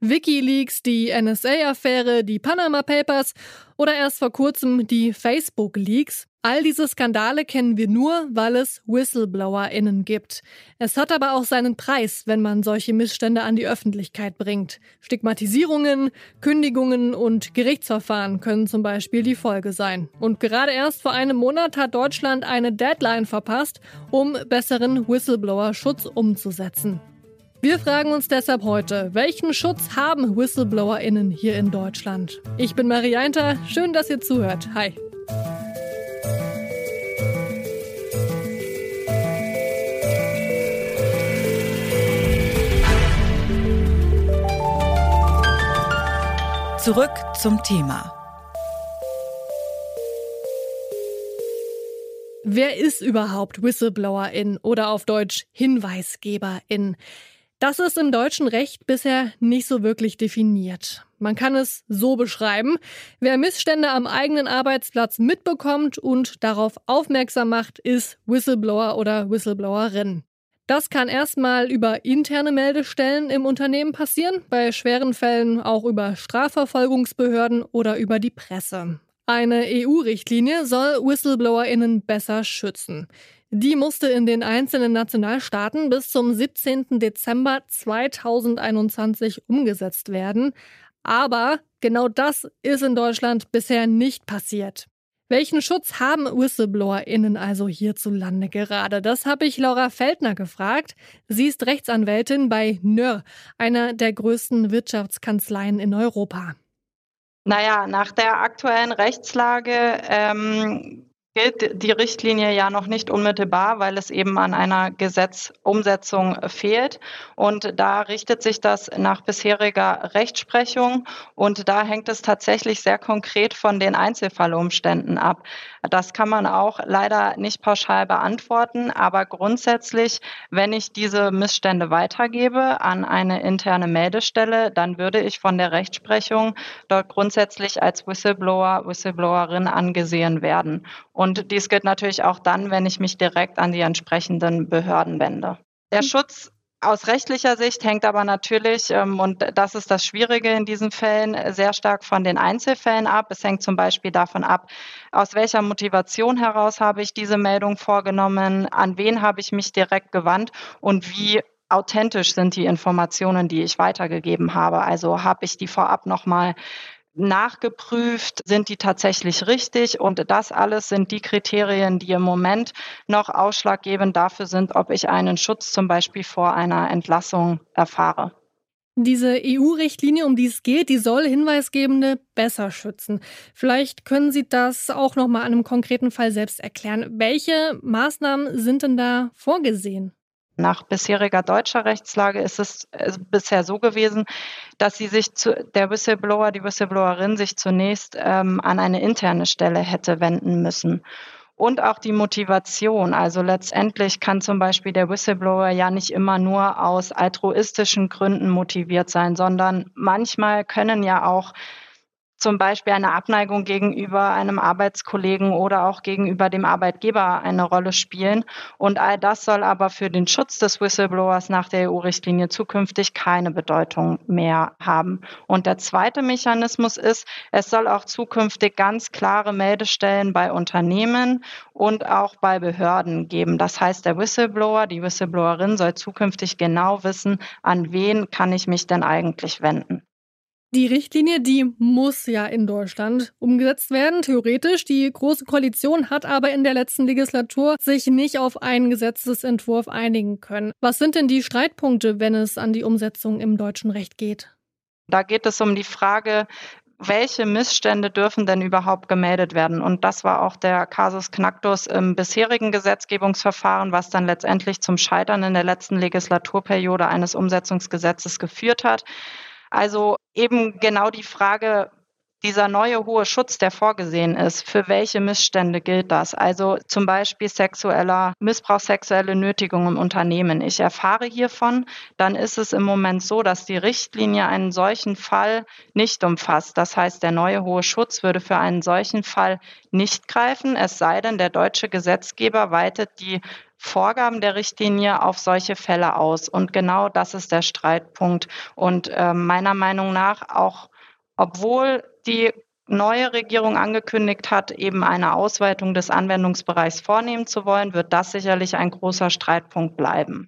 WikiLeaks, die NSA-Affäre, die Panama Papers oder erst vor kurzem die Facebook-Leaks. All diese Skandale kennen wir nur, weil es WhistleblowerInnen gibt. Es hat aber auch seinen Preis, wenn man solche Missstände an die Öffentlichkeit bringt. Stigmatisierungen, Kündigungen und Gerichtsverfahren können zum Beispiel die Folge sein. Und gerade erst vor einem Monat hat Deutschland eine Deadline verpasst, um besseren Whistleblower-Schutz umzusetzen. Wir fragen uns deshalb heute, welchen Schutz haben WhistleblowerInnen hier in Deutschland? Ich bin Marie Einter, schön, dass ihr zuhört. Hi. Zurück zum Thema. Wer ist überhaupt Whistleblowerin oder auf Deutsch Hinweisgeberin? Das ist im deutschen Recht bisher nicht so wirklich definiert. Man kann es so beschreiben: Wer Missstände am eigenen Arbeitsplatz mitbekommt und darauf aufmerksam macht, ist Whistleblower oder Whistleblowerin. Das kann erstmal über interne Meldestellen im Unternehmen passieren, bei schweren Fällen auch über Strafverfolgungsbehörden oder über die Presse. Eine EU-Richtlinie soll WhistleblowerInnen besser schützen. Die musste in den einzelnen Nationalstaaten bis zum 17. Dezember 2021 umgesetzt werden. Aber genau das ist in Deutschland bisher nicht passiert. Welchen Schutz haben WhistleblowerInnen also hierzulande gerade? Das habe ich Laura Feldner gefragt. Sie ist Rechtsanwältin bei Nörr, einer der größten Wirtschaftskanzleien in Europa. Naja, nach der aktuellen Rechtslage gilt die Richtlinie ja noch nicht unmittelbar, weil es eben an einer Gesetzumsetzung fehlt. Und da richtet sich das nach bisheriger Rechtsprechung. Und da hängt es tatsächlich sehr konkret von den Einzelfallumständen ab. Das kann man auch leider nicht pauschal beantworten. Aber grundsätzlich, wenn ich diese Missstände weitergebe an eine interne Meldestelle, dann würde ich von der Rechtsprechung dort grundsätzlich als Whistleblower, Whistleblowerin angesehen werden. Und dies gilt natürlich auch dann, wenn ich mich direkt an die entsprechenden Behörden wende. Der Schutz aus rechtlicher Sicht hängt aber natürlich, und das ist das Schwierige in diesen Fällen, sehr stark von den Einzelfällen ab. Es hängt zum Beispiel davon ab, aus welcher Motivation heraus habe ich diese Meldung vorgenommen, an wen habe ich mich direkt gewandt und wie authentisch sind die Informationen, die ich weitergegeben habe. Also habe ich die vorab nochmal nachgeprüft, sind die tatsächlich richtig, und das alles sind die Kriterien, die im Moment noch ausschlaggebend dafür sind, ob ich einen Schutz zum Beispiel vor einer Entlassung erfahre. Diese EU-Richtlinie, um die es geht, die soll Hinweisgebende besser schützen. Vielleicht können Sie das auch noch mal an einem konkreten Fall selbst erklären. Welche Maßnahmen sind denn da vorgesehen? Nach bisheriger deutscher Rechtslage ist es bisher so gewesen, dass die Whistleblowerin sich zunächst an eine interne Stelle hätte wenden müssen. Und auch die Motivation. Also letztendlich kann zum Beispiel der Whistleblower ja nicht immer nur aus altruistischen Gründen motiviert sein, sondern manchmal können ja auch zum Beispiel eine Abneigung gegenüber einem Arbeitskollegen oder auch gegenüber dem Arbeitgeber eine Rolle spielen. Und all das soll aber für den Schutz des Whistleblowers nach der EU-Richtlinie zukünftig keine Bedeutung mehr haben. Und der zweite Mechanismus ist, es soll auch zukünftig ganz klare Meldestellen bei Unternehmen und auch bei Behörden geben. Das heißt, der Whistleblower, die Whistleblowerin soll zukünftig genau wissen, an wen kann ich mich denn eigentlich wenden. Die Richtlinie, die muss ja in Deutschland umgesetzt werden, theoretisch. Die Große Koalition hat aber in der letzten Legislatur sich nicht auf einen Gesetzesentwurf einigen können. Was sind denn die Streitpunkte, wenn es an die Umsetzung im deutschen Recht geht? Da geht es um die Frage, welche Missstände dürfen denn überhaupt gemeldet werden? Und das war auch der Casus Knacktus im bisherigen Gesetzgebungsverfahren, was dann letztendlich zum Scheitern in der letzten Legislaturperiode eines Umsetzungsgesetzes geführt hat. Also eben genau die Frage, dieser neue hohe Schutz, der vorgesehen ist, für welche Missstände gilt das? Also zum Beispiel sexueller Missbrauch, sexuelle Nötigung im Unternehmen. Ich erfahre hiervon, dann ist es im Moment so, dass die Richtlinie einen solchen Fall nicht umfasst. Das heißt, der neue hohe Schutz würde für einen solchen Fall nicht greifen, es sei denn, der deutsche Gesetzgeber weitet die Vorgaben der Richtlinie auf solche Fälle aus. Und genau das ist der Streitpunkt. Und meiner Meinung nach auch, obwohl die neue Regierung angekündigt hat, eben eine Ausweitung des Anwendungsbereichs vornehmen zu wollen, wird das sicherlich ein großer Streitpunkt bleiben.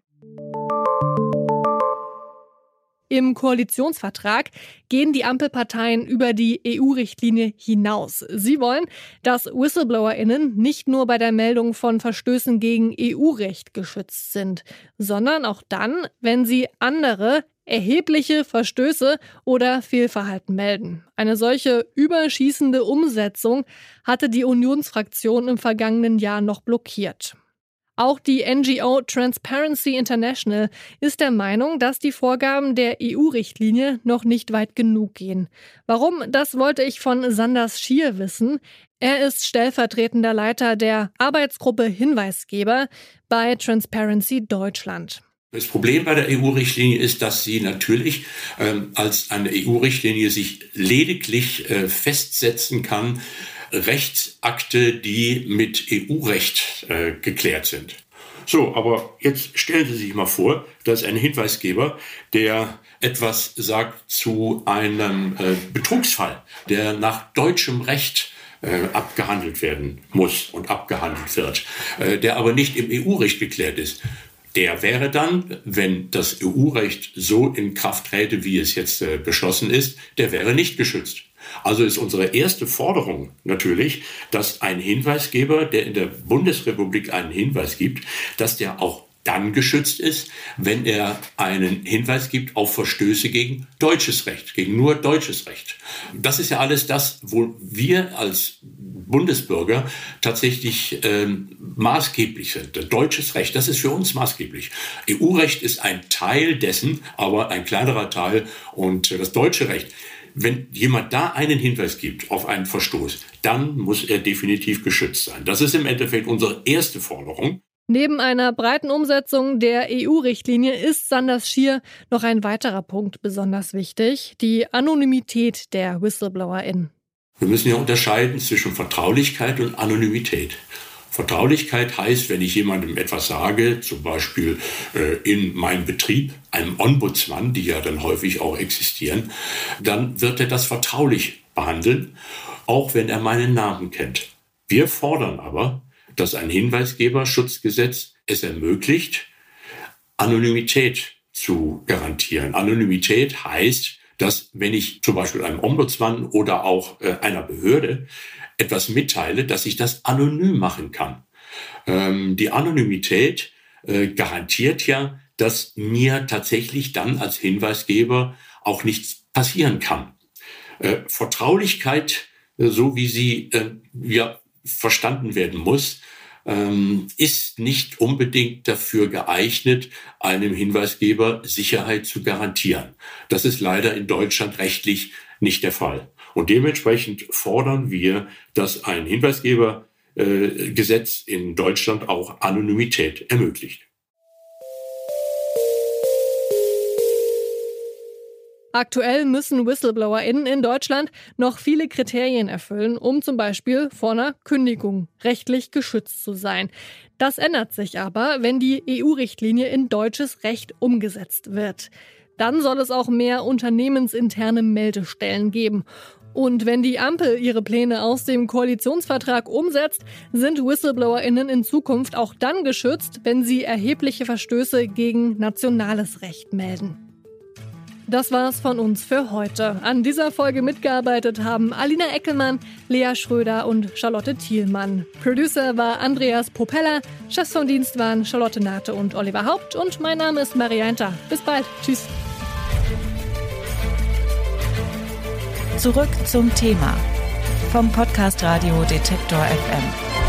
Im Koalitionsvertrag gehen die Ampelparteien über die EU-Richtlinie hinaus. Sie wollen, dass WhistleblowerInnen nicht nur bei der Meldung von Verstößen gegen EU-Recht geschützt sind, sondern auch dann, wenn sie andere erhebliche Verstöße oder Fehlverhalten melden. Eine solche überschießende Umsetzung hatte die Unionsfraktion im vergangenen Jahr noch blockiert. Auch die NGO Transparency International ist der Meinung, dass die Vorgaben der EU-Richtlinie noch nicht weit genug gehen. Warum? Das wollte ich von Sanders Schier wissen. Er ist stellvertretender Leiter der Arbeitsgruppe Hinweisgeber bei Transparency Deutschland. Das Problem bei der EU-Richtlinie ist, dass sie natürlich als eine EU-Richtlinie sich lediglich festsetzen kann, Rechtsakte, die mit EU-Recht geklärt sind. So, aber jetzt stellen Sie sich mal vor, da ist ein Hinweisgeber, der etwas sagt zu einem Betrugsfall, der nach deutschem Recht abgehandelt werden muss und abgehandelt wird, der aber nicht im EU-Recht geklärt ist. Der wäre dann, wenn das EU-Recht so in Kraft träte, wie es jetzt beschlossen ist, der wäre nicht geschützt. Also ist unsere erste Forderung natürlich, dass ein Hinweisgeber, der in der Bundesrepublik einen Hinweis gibt, dass der auch dann geschützt ist, wenn er einen Hinweis gibt auf Verstöße gegen deutsches Recht, gegen nur deutsches Recht. Das ist ja alles das, wo wir als Bundesbürger tatsächlich maßgeblich sind. Deutsches Recht, das ist für uns maßgeblich. EU-Recht ist ein Teil dessen, aber ein kleinerer Teil. Und das deutsche Recht, wenn jemand da einen Hinweis gibt auf einen Verstoß, dann muss er definitiv geschützt sein. Das ist im Endeffekt unsere erste Forderung. Neben einer breiten Umsetzung der EU-Richtlinie ist Sanders Schier noch ein weiterer Punkt besonders wichtig: die Anonymität der WhistleblowerInnen. Wir müssen ja unterscheiden zwischen Vertraulichkeit und Anonymität. Vertraulichkeit heißt, wenn ich jemandem etwas sage, zum Beispiel in meinem Betrieb, einem Ombudsmann, die ja dann häufig auch existieren, dann wird er das vertraulich behandeln, auch wenn er meinen Namen kennt. Wir fordern aber, dass ein Hinweisgeberschutzgesetz es ermöglicht, Anonymität zu garantieren. Anonymität heißt, dass wenn ich zum Beispiel einem Ombudsmann oder auch einer Behörde etwas mitteile, dass ich das anonym machen kann. Die Anonymität garantiert ja, dass mir tatsächlich dann als Hinweisgeber auch nichts passieren kann. Vertraulichkeit, so wie sie verstanden werden muss, ist nicht unbedingt dafür geeignet, einem Hinweisgeber Sicherheit zu garantieren. Das ist leider in Deutschland rechtlich nicht der Fall. Und dementsprechend fordern wir, dass ein Hinweisgebergesetz in Deutschland auch Anonymität ermöglicht. Aktuell müssen WhistleblowerInnen in Deutschland noch viele Kriterien erfüllen, um zum Beispiel vor einer Kündigung rechtlich geschützt zu sein. Das ändert sich aber, wenn die EU-Richtlinie in deutsches Recht umgesetzt wird. Dann soll es auch mehr unternehmensinterne Meldestellen geben. Und wenn die Ampel ihre Pläne aus dem Koalitionsvertrag umsetzt, sind WhistleblowerInnen in Zukunft auch dann geschützt, wenn sie erhebliche Verstöße gegen nationales Recht melden. Das war's von uns für heute. An dieser Folge mitgearbeitet haben Alina Eckelmann, Lea Schröder und Charlotte Thielmann. Producer war Andreas Propeller, Chefs vom Dienst waren Charlotte Nate und Oliver Haupt und mein Name ist Marianta. Bis bald. Tschüss. Zurück zum Thema vom Podcast Radio Detektor FM.